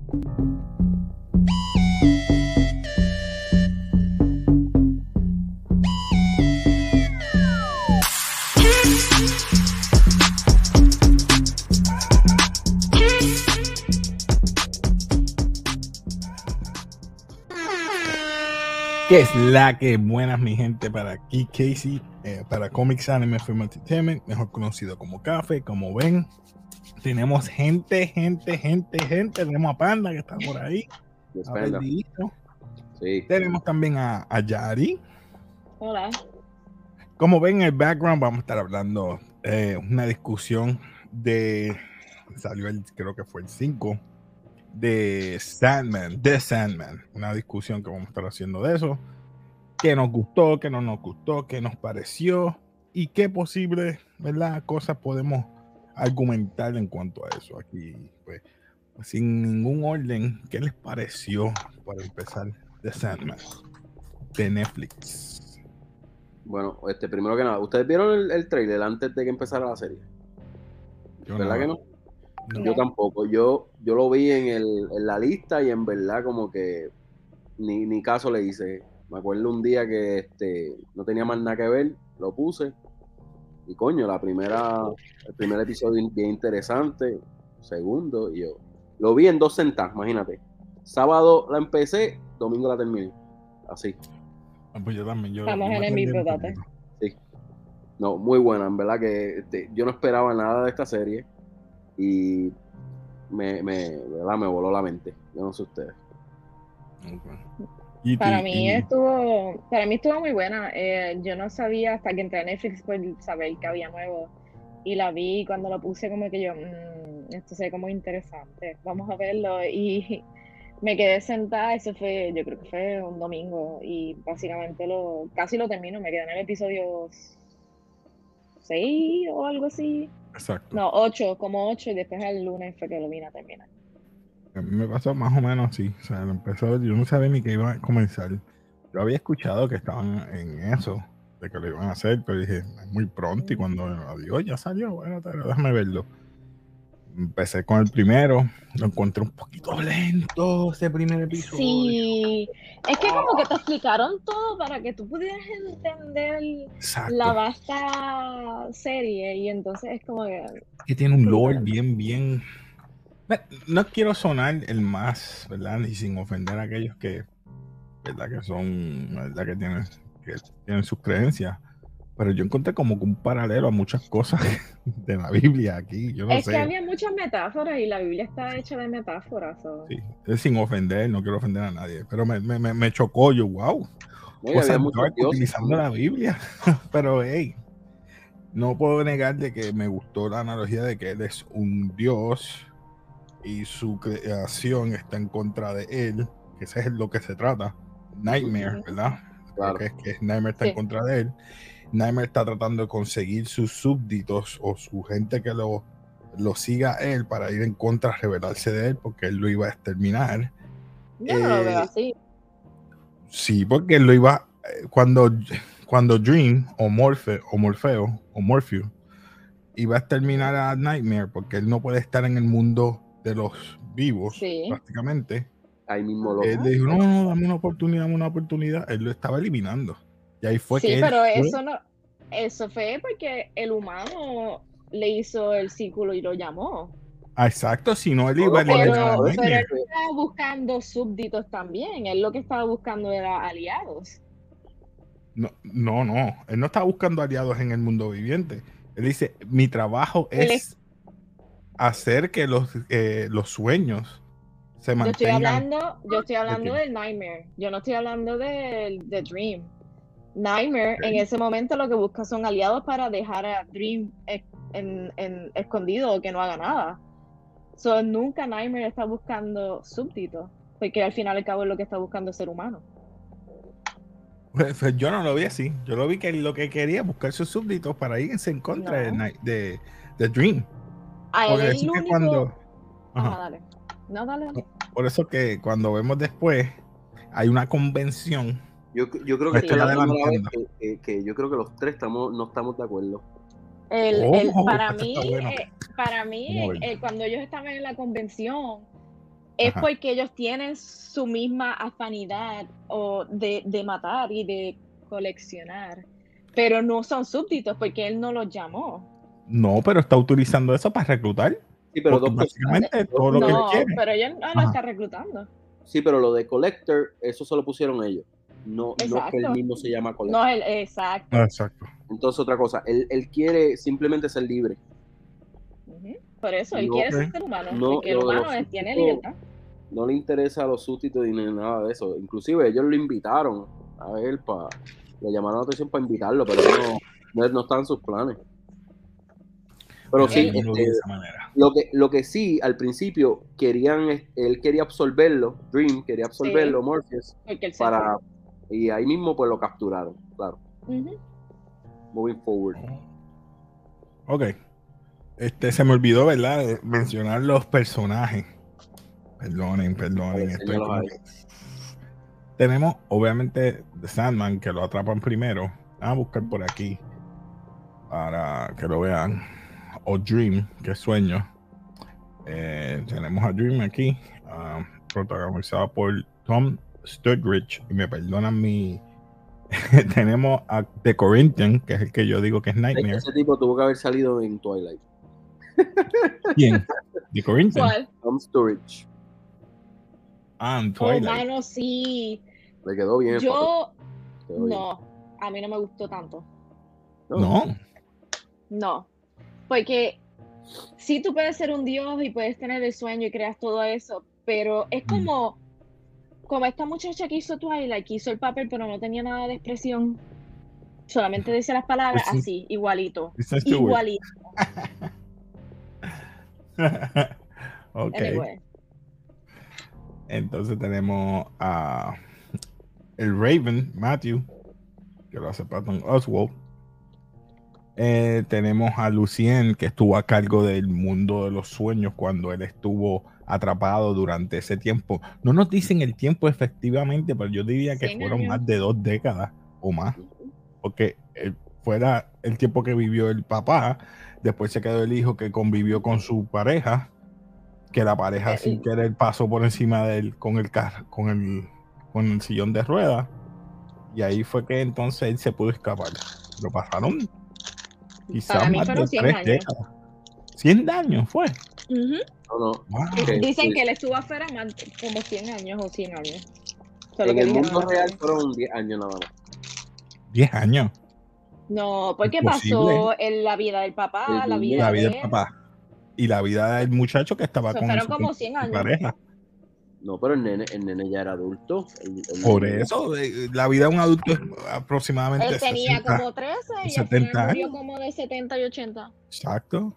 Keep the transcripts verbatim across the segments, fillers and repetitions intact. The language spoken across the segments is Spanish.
¿Qué es la que buenas, mi gente? Para aquí Casey, eh, para Comics Anime Film Entertainment, mejor conocido como Café. Como ven, tenemos gente, gente, gente, gente. Tenemos a Panda que está por ahí. Yes, A Panda. Perdidito. Sí. Tenemos también a, a Yari. Hola. Como ven en el background, vamos a estar hablando eh, una discusión de. Salió el, creo que fue el cinco. De Sandman, de Sandman, una discusión que vamos a estar haciendo de eso, qué nos gustó, qué no nos gustó, qué nos pareció y qué posibles, ¿verdad?, cosas podemos argumentar en cuanto a eso. Aquí, pues, sin ningún orden, ¿qué les pareció para empezar de Sandman de Netflix? Bueno, este, primero que nada, ¿ustedes vieron el, el trailer antes de que empezara la serie? Yo ¿Verdad no, que no? no. Yo tampoco. Yo, yo lo vi en, el, en la lista y en verdad como que ni, ni caso le hice. Me acuerdo un día que este, no tenía más nada que ver, lo puse y coño, la primera, el primer episodio bien interesante, segundo, y yo lo vi en dos sentadas, imagínate. Sábado la empecé, domingo la terminé. Así. Ah, pues yo también. Yo, Estamos yo en me el perdí mismo un date. poquito. Sí. No, muy buena, en verdad que este, yo no esperaba nada de esta serie y me, me, ¿verdad? me voló la mente. Yo no sé ustedes. Okay. Y Para ti- mí y- estuvo, para mí estuvo muy buena. Eh, yo no sabía hasta que entré a Netflix por saber que había nuevo. Y la vi y cuando lo puse como que yo, mmm, esto se ve como interesante. Vamos a verlo. Y me quedé sentada, eso fue, yo creo que fue un domingo. Y básicamente lo, casi lo termino. Me quedé en el episodio seis o algo así. exacto. No, ocho, como ocho. Y después el lunes fue que lo vine a terminar. A mí me pasó más o menos así. O sea, lo empezó a ver, yo no sabía ni que iba a comenzar. Yo había escuchado que estaban en eso, de que lo iban a hacer, pero dije, es muy pronto. Y cuando lo digo, ya salió, bueno, pero déjame verlo. Empecé con el primero, lo encontré un poquito lento ese primer episodio. Sí, es que como que te explicaron todo para que tú pudieras entender Exacto. la vasta serie y entonces es como que... Que tiene un lore bien, bien... No quiero sonar el más, ¿verdad? Y sin ofender a aquellos que, ¿verdad? Que son, ¿verdad? Que tienen, que tienen sus creencias. Pero yo encontré como que un paralelo a muchas cosas de la Biblia aquí, yo no es sé. que había muchas metáforas y la Biblia está hecha de metáforas. So. Sí, es sin ofender, no quiero ofender a nadie, pero me, me, me chocó yo, wow. No, y Cosas había muchos dark dioses utilizando también. la Biblia. Pero hey, no puedo negar de que me gustó la analogía de que él es un dios y su creación está en contra de él, que ese es lo que se trata. Nightmare, ¿verdad? Claro. Creo que es que Nightmare está Sí. en contra de él. Nightmare está tratando de conseguir sus súbditos o su gente que lo, lo siga a él para ir en contra, rebelarse de él, porque él lo iba a exterminar. Yo no Eh, lo veo así. Sí, porque él lo iba, eh, cuando, cuando Dream o, Morphe, o Morfeo o Morpheus iba a exterminar a Nightmare, porque él no puede estar en el mundo de los vivos, Sí. prácticamente. Ahí mismo lo Él le dijo, no, no, dame una oportunidad, dame una oportunidad. Él lo estaba eliminando. Y ahí fue Sí, que él pero fue- eso no, eso fue porque el humano le hizo el círculo y lo llamó. Ah, exacto, si no, él iba a Por eliminar a eso, Pero, pero Nightmare. él estaba buscando súbditos también. Él lo que estaba buscando era aliados. No, no, no, él no estaba buscando aliados en el mundo viviente. Él dice, mi trabajo Él es hacer que los, eh, los sueños se Yo estoy mantengan. hablando, yo estoy hablando ¿De qué? del Nightmare. Yo no estoy hablando del de Dream. Nightmare Ok. en ese momento lo que busca son aliados para dejar a Dream es- en, en- escondido o que no haga nada. So, nunca Nightmare está buscando súbditos, porque al final y al cabo es lo que está buscando el ser humano. Pues, pues yo no lo vi así. Yo lo vi que lo que quería buscar sus súbditos para irse en contra de, No. Night- de, de Dream. A él Porque el así que único. cuando. Ajá, Ajá. dale. No, dale. dale. Por eso que cuando vemos después, hay una convención. Yo, yo creo Me que esta estoy es la primera vez adelantando. que, que, que yo creo que los tres estamos, no estamos de acuerdo. El, Oh, el- oh, para esto mí, está bueno. eh, para mí Vamos a ver. eh, cuando ellos estaban en la convención, es Ajá. porque ellos tienen su misma afinidad o de, de matar y de coleccionar, pero no son súbditos porque él no los llamó. No, pero está utilizando eso para reclutar. Sí, pero Porque dos cosas. básicamente Dos todo lo que él cosas. No, quiere. pero ellos no lo Ajá. están reclutando. Sí, pero lo de Collector, eso se lo pusieron ellos. No, no que él Exacto. mismo se llama Collector. No, él, exacto. Ah, exacto. Entonces, otra cosa, él, él quiere simplemente ser libre. Ujú. Por eso, él No, quiere ok. ser humano, no, porque el lo de los humano es- tiene súbditos, libertad. no le interesa a los súbditos ni nada de eso. Inclusive ellos lo invitaron a él para, le llamaron la atención para invitarlo, pero él no, no, no está en sus planes. Pero Mira, sí, yo no lo vi este, de esa manera. lo que, lo que sí, al principio querían, es- él quería absorberlo, Dream quería absorberlo, Sí. Morpheus, Porque él se para, y ahí mismo pues lo capturaron, claro, Ujú. moving forward. Ok. Este, se me olvidó, ¿verdad? De mencionar los personajes. Perdonen, perdonen. Estoy Enséñalos como ahí. que... Tenemos, obviamente, The Sandman, que lo atrapan primero. Vamos a buscar por aquí para que lo vean. O Dream, que es sueño. Eh, tenemos a Dream aquí, uh, protagonizado por Tom Sturridge. Y me perdonan mi... Tenemos a The Corinthian, que es el que yo digo que es Nightmare. Ese tipo tuvo que haber salido en Twilight. ¿Quién? The Corinthian. ¿Cuál? Tom Sturridge. Ah, en Oh, Twilight. mano, sí. Le quedó bien. el Yo, papel. Quedó bien. no, a mí no me gustó tanto. No. No. No, porque sí tú puedes ser un dios y puedes tener el sueño y creas todo eso, pero es como, como esta muchacha que hizo Twilight, que hizo el papel, pero no tenía nada de expresión. Solamente decía las palabras Kristen- así, igualito. Kristen Stewart. Igualito. Ok. Anyway. Entonces tenemos a el Raven, Matthew, que lo hace Patton Oswalt. Eh, tenemos a Lucien, que estuvo a cargo del mundo de los sueños cuando él estuvo atrapado durante ese tiempo. No nos dicen el tiempo efectivamente, pero yo diría que cien fueron años. más de dos décadas o más. Porque eh, fuera el tiempo que vivió el papá, después se quedó el hijo que convivió con su pareja, que la pareja Eh, sin querer pasó por encima de él con el carro, con el, con el sillón de ruedas, y ahí fue que entonces él se pudo escapar. Lo pasaron quizás Para mí más fueron de cien tres años. décadas. cien años fue. Ujú. No, no. Wow. Ok, Dicen sí. que él estuvo afuera más como cien años o cien años. Eso es lo En que el dijeron mundo en la real serie. fueron diez años nada más. diez años. No, porque Imposible. pasó en la vida del papá, El la niño. vida La vida de del él. papá y la vida del muchacho que estaba Eso con fueron su, como cien su años. pareja. No, pero el nene, el nene ya era adulto. El, el Por nene- eso, eh, la vida de un adulto es aproximadamente Él tenía sesenta, como trece y al final setenta murió años. como de setenta y ochenta. Exacto.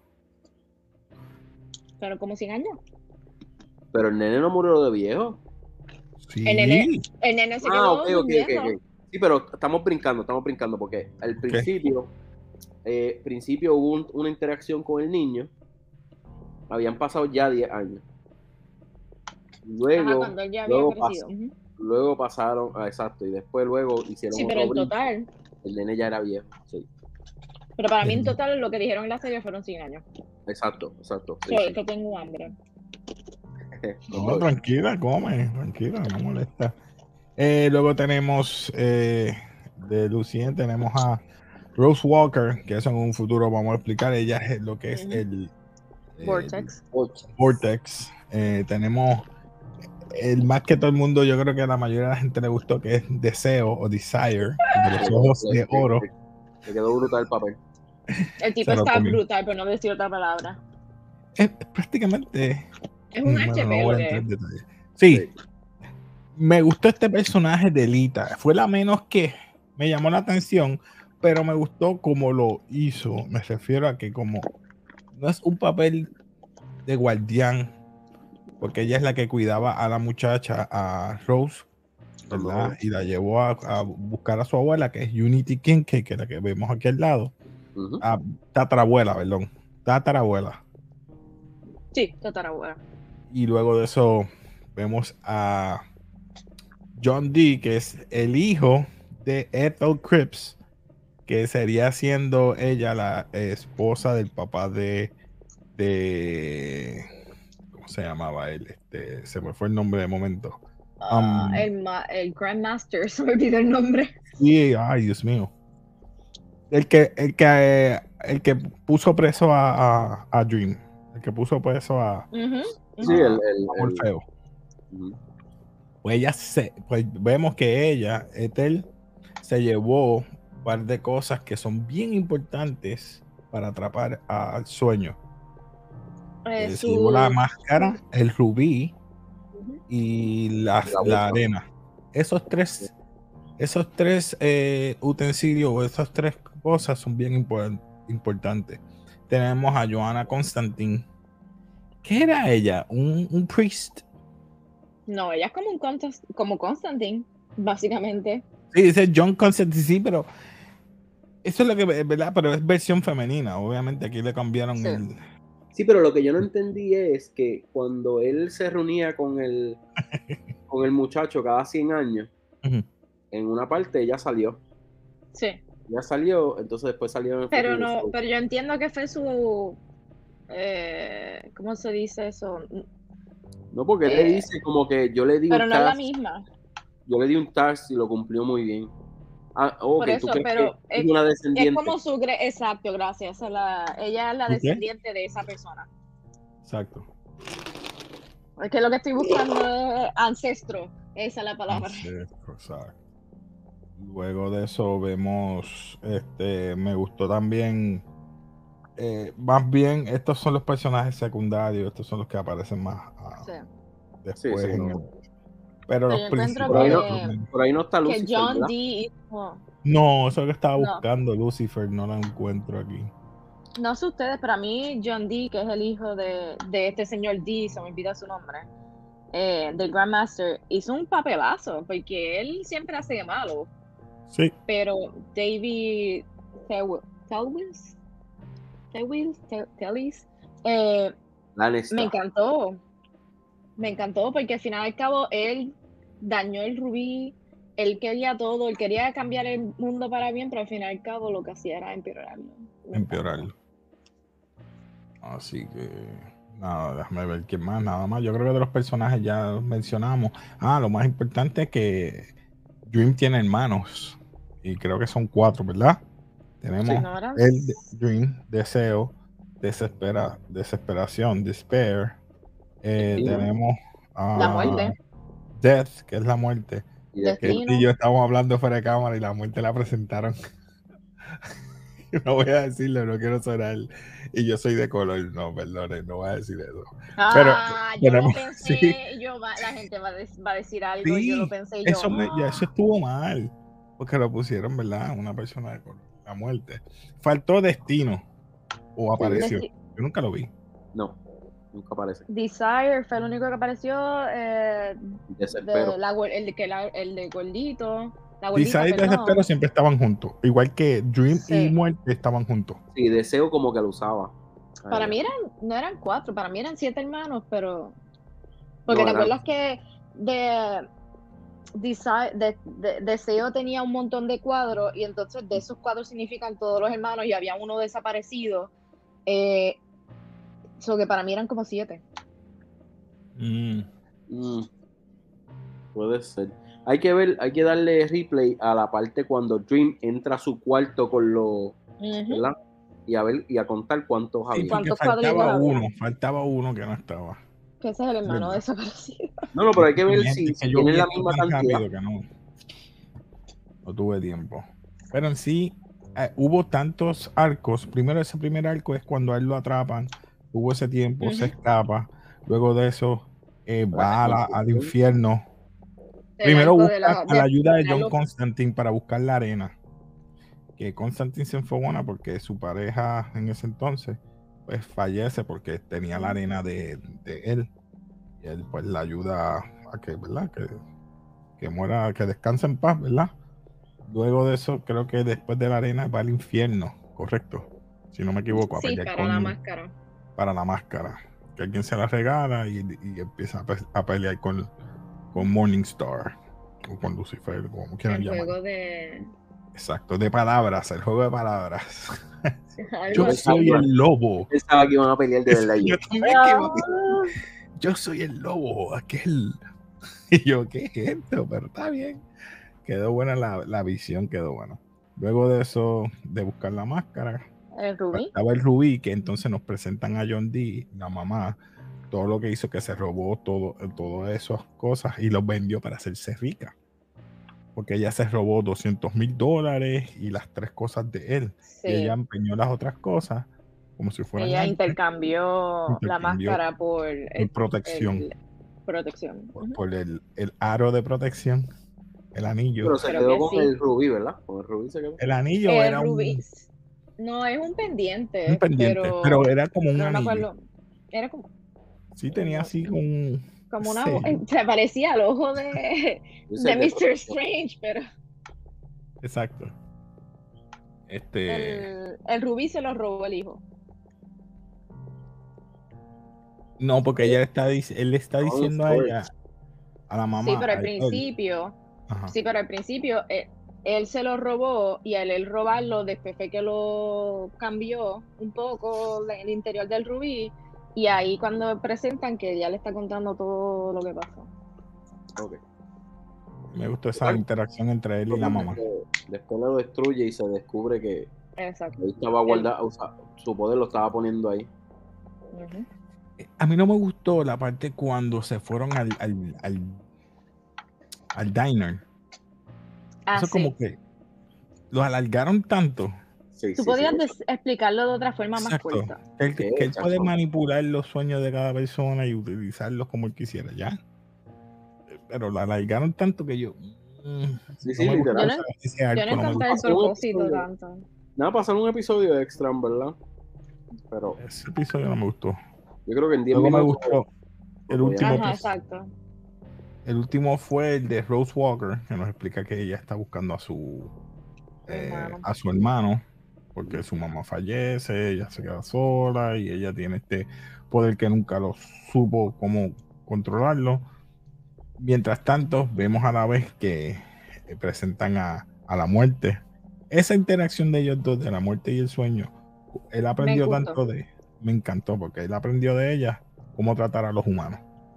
Pero como cien años. Pero el nene no murió de viejo. Sí. El nene, el nene se Ah, quedó ok, ok, ok, durmiendo. ok. Sí, pero estamos brincando, estamos brincando porque al principio, eh, principio hubo un- una interacción con el niño. Habían pasado ya diez años. Luego, Ajá, cuando él ya había luego, crecido. pas- Ujú. luego pasaron, ah, exacto, y después luego hicieron Sí, otro pero en brinco. total. El nene ya era viejo, sí. Pero para mí en Sí. total lo que dijeron en la serie fueron cien años. Exacto, exacto. Sí, So, sí. es que tengo hambre. No, tranquila, come, tranquila, no molesta. Eh, luego tenemos eh, de Lucien, tenemos a Rose Walker, que eso en un futuro vamos a explicar. Ella es lo que es Ujú. el, el Vortex. Ocho. Vortex. Eh, tenemos el más que todo el mundo, yo creo que a la mayoría de la gente le gustó, que es Deseo o Desire, de los ojos de oro. Le quedó brutal el papel. El tipo Se lo está comió. brutal, pero no decir otra palabra. Es, es prácticamente. Es un bueno, H P no voy lo a que entrar es. en detalle. Sí, me gustó este personaje de Lita. Fue la menos que me llamó la atención, pero me gustó cómo lo hizo. Me refiero a que como no es un papel de guardián, porque ella es la que cuidaba a la muchacha, a Rose, ¿verdad? No. Y la llevó a, a buscar a su abuela, que es Unity King, que es la que vemos aquí al lado. Ujú. A tatarabuela, perdón. Tatarabuela. Sí, tatarabuela. Y luego de eso vemos a John Dee, que es el hijo de Ethel Cripps, que sería siendo ella la esposa del papá de, de ¿cómo se llamaba él? Este, se me fue el nombre de momento. Ah, Um, el, ma- el Grandmaster, se me olvidó el nombre. Sí, ay, Dios mío. El que, el que, eh, el que puso preso a, a, a Dream. El que puso preso a, Ujú, Sí, ujú. el, a el, el- Morfeo. ujú. Pues ella se, pues vemos que ella, Ethel, se llevó un par de cosas que son bien importantes para atrapar al sueño. Eh, Eh, se llevó la su- máscara, el rubí Ujú. y la, La la bolsa. arena. Esos tres, esos tres eh, utensilios o esas tres cosas son bien impor- importantes. Tenemos a Joanna Constantine. ¿Qué era ella? ¿Un, un priest? No, ella es como un Constas- como Constantine, básicamente. Sí, dice John Constantine, sí, pero eso es lo que es verdad, pero es versión femenina. Obviamente aquí le cambiaron Sí. el. Sí, pero lo que yo no entendí es que cuando él se reunía con el, con el muchacho cada cien años, Ujú. en una parte ella salió. Sí. Ya salió, entonces después salió en el Pero futuro. no, So, pero yo entiendo que fue su eh, ¿cómo se dice eso? no, porque él le Eh, dice como que yo le di Pero un no es la task, misma. yo le di un task y lo cumplió muy bien. Ah, ok, Por ¿tú eso, crees pero que es es, una es descendiente? como su gre- exacto, gracias. esa es la- ella es la ¿Su qué? descendiente de esa persona. Exacto. Es que lo que estoy buscando es ancestro. Esa es la palabra. Ancestro, exacto. Luego de eso vemos, este, me gustó también, eh, más bien, estos son los personajes secundarios, estos son los que aparecen más ah, Sí. después. Sí, sí, en no. el- pero Pero los yo encuentro Por ahí no, principales. que, por ahí no está que Lucifer, John ¿verdad? Dee hizo. No, eso es lo que estaba No. buscando, Lucifer, no la encuentro aquí. No sé ustedes, pero a mí John Dee, que es el hijo de, de este señor Dee, se me olvida su nombre, eh, del Grandmaster, hizo un papelazo, porque él siempre hace de malo. Sí, Pero David Tew- Tewis, Tewis, Te- Tellis, eh, Lannister. me encantó. Me encantó porque al final y al cabo él dañó el rubí, él quería todo, él quería cambiar el mundo para bien, pero al final y al cabo lo que hacía era empeorarlo. Me empeorarlo. Así que nada, déjame ver qué más, nada más. Yo creo que de los personajes ya los mencionamos. Ah, lo más importante es que Dream tiene hermanos. Y creo que son cuatro, ¿verdad? Tenemos Sí, ¿no era? el de- Dream, Deseo, Desespera, Desesperación, Despair. Eh, Destino. tenemos a La muerte, Death, que es la muerte. Y de- Que destino. y yo estábamos hablando fuera de cámara y la muerte la presentaron. No voy a decirlo, no quiero sonar. Y yo soy de color, no, perdone, no voy a decir eso. Pero Ah, yo tenemos, lo pensé, sí, yo va- la gente va a, des- va a decir algo, y yo lo sí, pensé y yo. eso, me- ya, eso "Ah". estuvo mal. Porque lo pusieron, ¿verdad? Una persona de color, la muerte. Faltó Destino. O apareció. Desti- Yo nunca lo vi. No, nunca aparece. Desire fue el único que apareció, eh, Desespero. de la, gor- el, de que la- el de gordito, la gordita, Desire y perdón. Desespero siempre estaban juntos. Igual que Dream Sí. y Muerte estaban juntos. Sí, Deseo como que lo usaba. Para Ay, mí eran, no eran cuatro, para mí eran siete hermanos, pero porque No, te eran- acuerdas que de, Desire- de- de- Deseo tenía un montón de cuadros, y entonces de esos cuadros significan todos los hermanos y había uno desaparecido, eh, so que para mí eran como siete. Mm. Mm, puede ser. Hay que ver, hay que darle replay a la parte cuando Dream entra a su cuarto con los, Ujú. ¿verdad? Y a ver y a contar cuántos Sí, había. porque ¿Cuántos faltaba cuadritos había? uno. Faltaba uno que no estaba. Que ese es el hermano Verdad. desaparecido. No, no, pero hay que ver Mi gente, si, es que si yo tienen vi la esto misma tan cantidad. rápido que no, no tuve tiempo. Pero en sí, eh, hubo tantos arcos. Primero, ese primer arco es cuando a él lo atrapan. Hubo ese tiempo, Ujú. se escapa. Luego de eso, eh, La va a la- al reconstrucción. infierno. El Primero arco busca de la- a la ayuda de John los- Constantine para buscar la arena. Que Constantine se enfogona porque su pareja en ese entonces pues fallece porque tenía la arena de, de él. Y él pues la ayuda a que, ¿verdad? Que, que muera, que descanse en paz, ¿verdad? Luego de eso, creo que después de la arena va al infierno, correcto. Si no me equivoco, a Sí, pelear para con, la máscara. para la máscara. Que alguien se la regala y, y empieza a, pe- a pelear con, con Morningstar. O con Lucifer, como quieran El llamar. juego de. Exacto, de palabras, el juego de palabras. algo Yo así. soy el lobo. Pensaba que iban a pelear de verdad. y Yo yo, también que iba a- Ah, yo soy el lobo, aquel. Y yo, ¿qué es esto? Pero está bien. Quedó buena la, la visión, quedó buena. Luego de eso, de buscar la máscara, El Rubí. estaba el Rubí, que entonces nos presentan a John Dee, la mamá, todo lo que hizo, que se robó todo, todas esas cosas y los vendió para hacerse rica. Porque ella se robó doscientos mil dólares y las tres cosas de él. Sí. Y ella empeñó las otras cosas como si fueran. Ella arte. intercambió, Intercambió la máscara por, el, por protección. el- protección. Por, Ujú. por el, el aro de protección, el anillo. Pero se Creo quedó que con sí. el rubí, ¿verdad? Con el rubí se quedó. El anillo El era Rubí. un, No, es un pendiente. un pendiente, pero, pero era como un pero no me anillo. acuerdo. Era como, Sí, tenía no así sé, un. como una. Sí, Se parecía al ojo de, Dice de el mister Strange, pero exacto. Este. el, el Rubí se lo robó el hijo. No, porque ella está, dic- él le está Long diciendo a story. ella, a la mamá. Sí, pero al a él. principio, Ajá. sí, pero al principio eh, él se lo robó y al él robarlo, después fue que lo cambió un poco la- el interior del Rubí y ahí cuando presentan que ya le está contando todo lo que pasó. Ok. Me gustó esa Bueno, interacción entre él y la mamá. Después, después lo destruye y se descubre que Exacto. ahí estaba guardado, o sea, su poder lo estaba poniendo ahí. Ujú. A mí no me gustó la parte cuando se fueron al, al, al, al diner. Ah, Eso sí. como que los alargaron tanto. Sí, Tú sí, podías sí, des- explicarlo de otra forma más Exacto. corta. Que él, Sí, que él puede exacto. manipular los sueños de cada persona y utilizarlos como él quisiera, ya. Pero lo alargaron tanto que yo. mm, Sí, no sí, me gustó Yo literal. no, esa- ese yo arco, no no me encontré el Pasó un propósito episodio. tanto. Nada, pasaron un episodio extra, en verdad. Pero gustó. Ese episodio no me gustó. yo creo que en diez Luego me minutos. gustó lo el podían- último Ajá, episodio. exacto. El último fue el de Rose Walker, que nos explica que ella está buscando a su eh, Hermano. a su hermano, porque su mamá fallece, ella se queda sola y ella tiene este poder que nunca lo supo cómo controlarlo. Mientras tanto, vemos a la vez que eh, presentan a, a la muerte. Esa interacción de ellos dos, de la muerte y el sueño, él aprendió gustó. tanto de... Me encantó, porque él aprendió de ella cómo tratar a los humanos.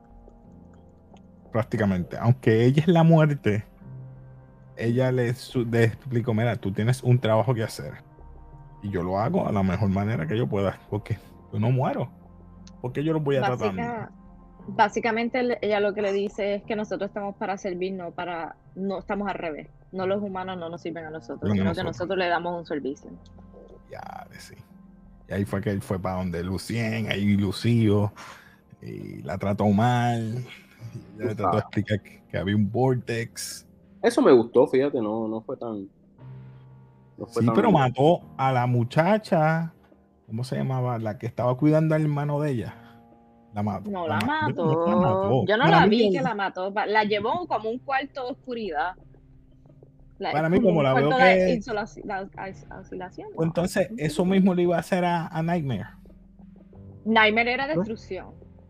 Prácticamente. Aunque ella es la muerte, ella le, su- le explicó, mira, tú tienes un trabajo que hacer. Y yo lo hago a la mejor manera que yo pueda, porque yo no muero. Porque yo los voy a tratar. Básica, básicamente él- ella lo que le dice es que nosotros estamos para servir, no para, no estamos al revés. No los humanos no nos sirven a nosotros, Sirven a sino nosotros. que nosotros le damos un servicio. Ya, sí. Y ahí fue que él fue para donde Lucien, ahí Lucio, y la trató mal. Y ella le trató de explicar que, que había un vortex. Eso me gustó, fíjate, no, no fue tan. No fue Sí, tan- pero mató a la muchacha. ¿Cómo se llamaba? La que estaba cuidando al hermano de ella. La mató. No la ma- yo- mató. no la mató. Yo no Para la mí, vi yo- que la mató. pa- La llevó como un cuarto de oscuridad. La- Para es mí, como como un la veo cuarto de que- insolaci- la- as- oscilación. Pues ¿no? entonces, eso mismo le iba a hacer a, a Nightmare. Nightmare era destrucción.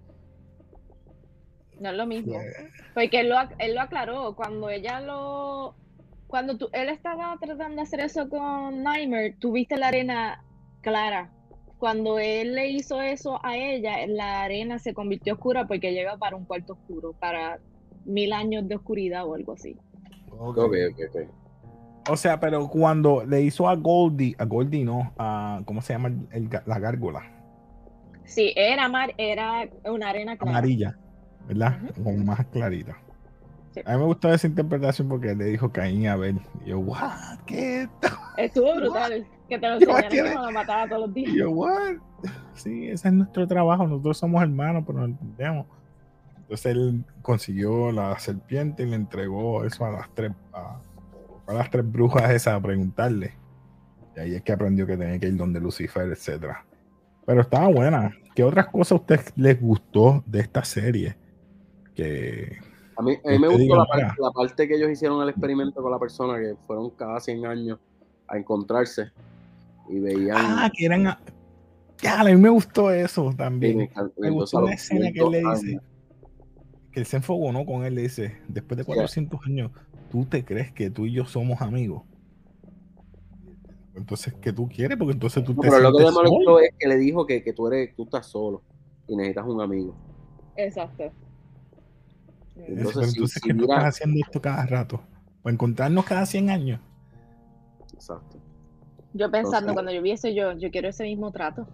No es lo mismo. Porque él lo, ac- él lo aclaró. Cuando ella lo. Cuando tú, él estaba tratando de hacer eso con Nightmare, tuviste la arena clara. Cuando él le hizo eso a ella, la arena se convirtió oscura porque llega para un cuarto oscuro, para mil años de oscuridad o algo así. Ok. Ok, ok, ok. O sea, pero cuando le hizo a Goldie, a Goldie no, a, ¿cómo se llama el- el ga- la gárgola? Sí, era mar, era una arena clara. Amarilla, ¿verdad? Ujú. Como más clarita. Sí. A mí me gustó esa interpretación porque le dijo Caín a Abel. Y yo, what? ¿Qué es esto? Estuvo brutal que te lo Yo enseñaran quiero- que nos lo mataba todos los Y días. yo, what? Sí, ese es nuestro trabajo. Nosotros somos hermanos, pero no entendemos. Entonces él consiguió la serpiente y le entregó eso a las tres, a, a las tres brujas esas a preguntarle. Y ahí es que aprendió que tenía que ir donde Lucifer, etcétera. Pero estaba buena. ¿Qué otras cosas a ustedes les gustó de esta serie? Que A mí, a Que mí me usted gustó diga, la, parte, mira. la parte que ellos hicieron el experimento con la persona, que fueron cada cien años a encontrarse y veían. Ah, que eran. a- Ya, a mí me gustó eso Sí, también. me encantó. Me Entonces, gustó a una los escena que él le quinientos dice, años, que él se enfogó, ¿no? Con él le dice, después de Sí. cuatrocientos años, ¿tú te crees que tú y yo somos amigos? Entonces, ¿qué tú quieres? Porque entonces tú No, te pero lo que sientes le molestó solo. es que le dijo que, que tú eres, tú estás solo y necesitas un amigo. Exacto. Entonces, Pero si, entonces, si ¿qué tú mira- estás haciendo esto cada rato? ¿Para encontrarnos cada cien años? Exacto. Yo pensando, Entonces- cuando yo vi eso, yo, yo quiero ese mismo trato.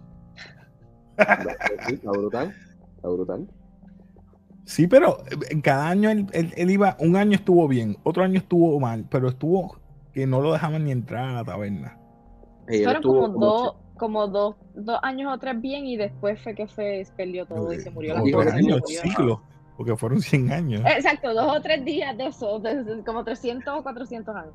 Sí, está brutal. Está brutal. Sí, pero en cada año él, él- él iba, un año estuvo bien, otro año estuvo mal, pero estuvo que no lo dejaban ni entrar a la taberna. Y él Fueron estuvo como como dos, como dos, dos años o tres bien y después fue que se perdió todo y se murió la Otros esposa y se años, murió. siglos, porque fueron cien años. Exacto, dos o tres días de eso, de- de- como trescientos o cuatrocientos años.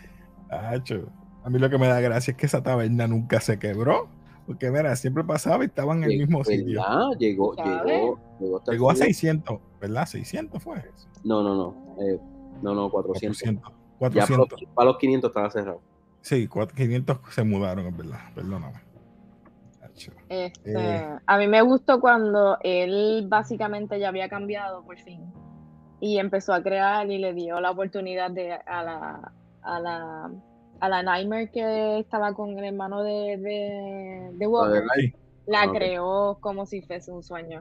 Acho. A mí lo que me da gracia es que esa taberna nunca se quebró, porque mira, siempre pasaba y estaba en el Llegó- mismo sitio. ¿verdad? Llegó, ¿Sabes? llegó, llegó hasta el Llegó a final. seiscientos, ¿verdad? seiscientos fue eso. No, no, no. Eh, no, no, cuatrocientos. cuatrocientos. Ya para cuatrocientos. los, para los quinientos estaba cerrado. Sí, cuatro- quinientos se mudaron, es verdad. Perdóname. Acho. Este, Eh. a mí me gustó cuando él básicamente ya había cambiado por fin y empezó a crear y le dio la oportunidad de a la a la a la Nightmare que estaba con el hermano de, de, de Walker, Sí, la Ah, ok. creó como si fuese un sueño.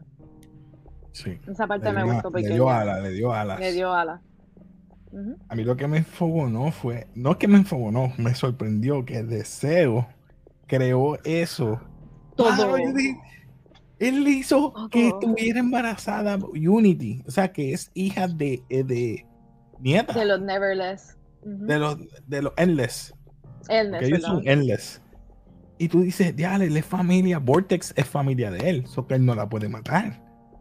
sí. Esa parte Le me dio, una- gustó le porque dio ya alas, le dio alas. le dio alas. Ujú. A mí lo que me enfogonó fue, no es que me enfogonó, me sorprendió que Deseo creó eso. Todo. Claro, yo dije, él hizo Todo. que estuviera embarazada Unity, o sea, que es hija de, eh, de nieta De los Neverless. Ujú. de los de los Endless, Endless, porque ellos son perdón. Endless. Y tú dices, ya, él es familia, Vortex es familia de él, eso que él no la puede matar.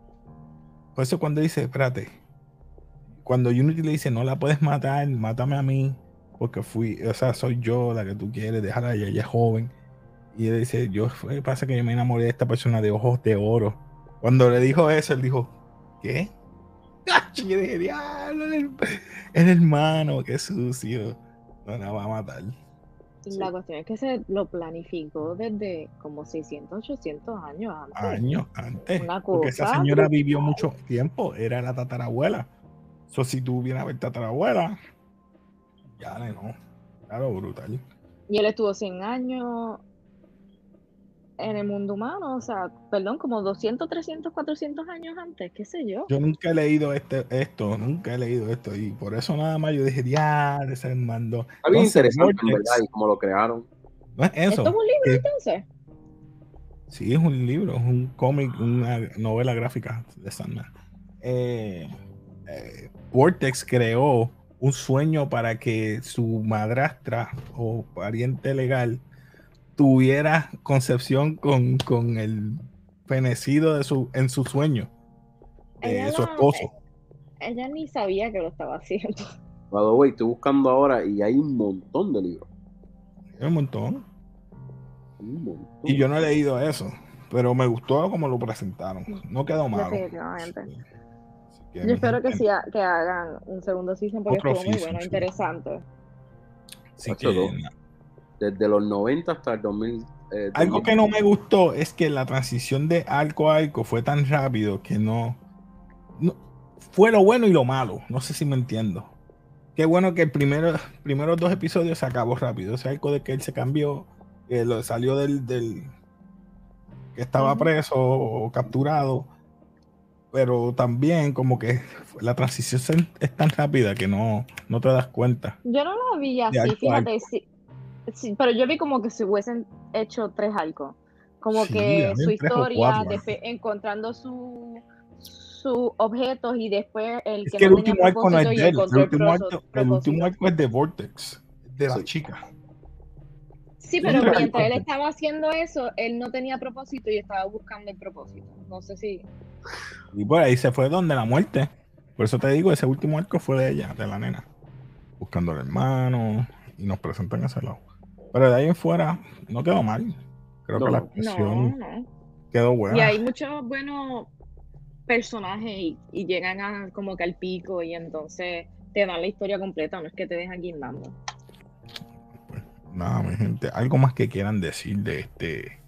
Por eso cuando dice, espérate, cuando Unity le dice, no la puedes matar, mátame a mí, porque fui, o sea, soy yo la que tú quieres, déjala, ella, ella es joven. Y él dice, yo, fue- pasa que yo me enamoré de esta persona de ojos de oro. Cuando le dijo eso, él dijo, ¿qué? Y yo dije, diablo, el, el hermano, qué sucio. No la va a matar. La cuestión es que se lo planificó desde como seiscientos, ochocientos años antes. Años antes. Una Porque esa cosa señora brutal. vivió mucho tiempo, era la tatarabuela. So, si tú vienes a ver tatarabuela, ya le no. Claro, brutal. Y él estuvo cien años en el mundo humano, o sea, perdón, como doscientos, trescientos, cuatrocientos años antes, qué sé yo. Yo nunca he leído este, esto, nunca he leído esto. Y por eso nada más yo dije, ya, se mandó. Está bien Entonces, interesante, en Vortex, verdad, y cómo lo crearon. no es eso. ¿Esto es un libro que- entonces? Sí, es un libro, es un cómic, una novela gráfica de Sandman. Eh, eh, Vortex creó un sueño para que su madrastra o pariente legal tuviera concepción con, con el fenecido de su, en su sueño, de Ella, su la- esposo. ella ni sabía que lo estaba haciendo. By the way, estoy buscando ahora y hay un montón de libros. Un montón. Un montón. Y yo no he leído eso, pero me gustó como lo presentaron. No quedó malo. Definitivamente. Sí. Así que, Yo mi espero que, gente, sí, ha- que hagan un segundo season porque Otro estuvo muy season, bueno, sí. interesante. Así Ocho, dos. que, na- Desde los noventa hasta el dos mil. Eh, algo dos mil. que no me gustó es que la transición de arco a arco fue tan rápido que no, no fue lo bueno y lo malo. No sé si me entiendo. Qué bueno que el primero, primeros dos episodios se acabó rápido. Ese arco de que él se cambió, que lo salió del, del que estaba Ujú. preso o capturado, pero también como que la transición se- es tan rápida que no, no te das cuenta. Yo no lo vi De así, arco a fíjate, sí, sí, pero yo vi como que si hubiesen hecho tres arcos. Como Sí, que habían su tres o historia, cuatro después encontrando su sus objetos y después el Es que que el no tenía último arco no es propósito y de él. El encontró el, último proso- arco, el propósito. último arco es de Vortex, de la Sí. chica. Sí, Son pero tres mientras él arcos. estaba haciendo eso, él no tenía propósito y estaba buscando el propósito. No sé si... Y por ahí se fue donde la muerte. Por eso te digo, ese último arco fue de ella, de la nena. Buscando al hermano y nos presentan ese lado. Pero de ahí en fuera no quedó mal. Creo No, que la no. actuación No, no. quedó Y buena. hay muchos buenos personajes y, y llegan a como que al pico y entonces te dan la historia completa, no es que te dejan guindando. Pues, nada, mi gente. Algo más que quieran decir de este.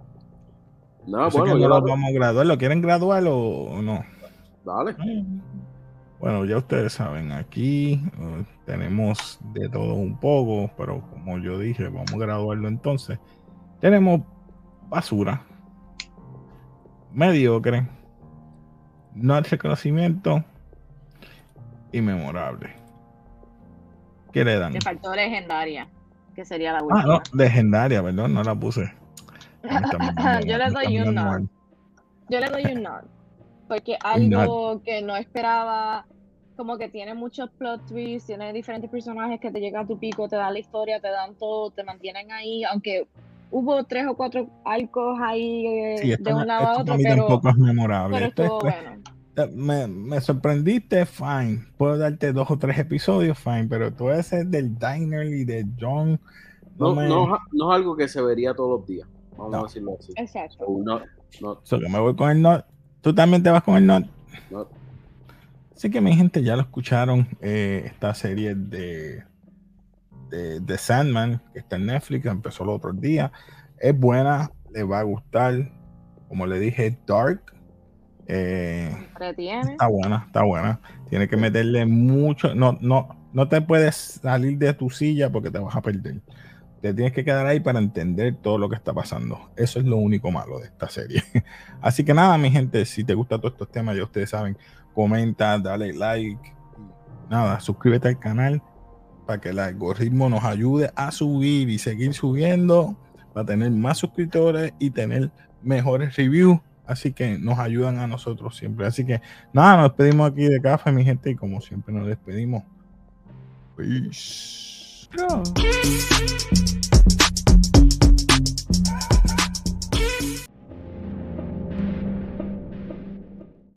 No, Yo sé bueno, que no yo lo la- vamos a graduar. ¿Lo quieren graduar o no? Dale. Bueno, ya ustedes saben, aquí uh, tenemos de todo un poco, pero como yo dije, vamos a graduarlo entonces. Tenemos basura, mediocre, no el reconocimiento y memorable. ¿Qué le dan? Le faltó legendaria, que sería la Ah, última. no, legendaria, perdón, no la puse. No, me está mirando, Yo le me doy está un mirando nod. mal. Yo le doy un nod. Porque Un nod. algo que no esperaba, como que tiene muchos plot twists, tiene diferentes personajes que te llegan a tu pico, te dan la historia, te dan todo, te mantienen ahí, aunque hubo tres o cuatro arcos ahí eh, Sí, esto, de no- un lado a esto otro, para mí pero, tampoco es memorable. pero Esto es, estuvo pues, bueno. eh, me, me sorprendiste, fine. Puedo darte dos o tres episodios, fine, pero todo ese del Diner y de John, no, No, me... no, no es algo que se vería todos los días, vamos No. a decirlo así. Exacto. So, no, no, So, que me voy con el Not. ¿Tú también te vas con el Not? no. Así que mi gente ya lo escucharon, eh, esta serie de, de, de Sandman, que está en Netflix, empezó el otro día. Es buena, le va a gustar. Como le dije, dark. Eh, Entretiene. está buena, está buena. Tiene que meterle mucho. No, no, no te puedes salir de tu silla porque te vas a perder. Te tienes que quedar ahí para entender todo lo que está pasando. Eso es lo único malo de esta serie. Así que nada, mi gente, si te gustan todos estos temas, ya ustedes saben, comenta, dale like. Nada, suscríbete al canal para que el algoritmo nos ayude a subir y seguir subiendo, para tener más suscriptores y tener mejores reviews. Así que nos ayudan a nosotros siempre. Así que nada, nos despedimos aquí de Café, mi gente, y como siempre nos despedimos. Peace. No.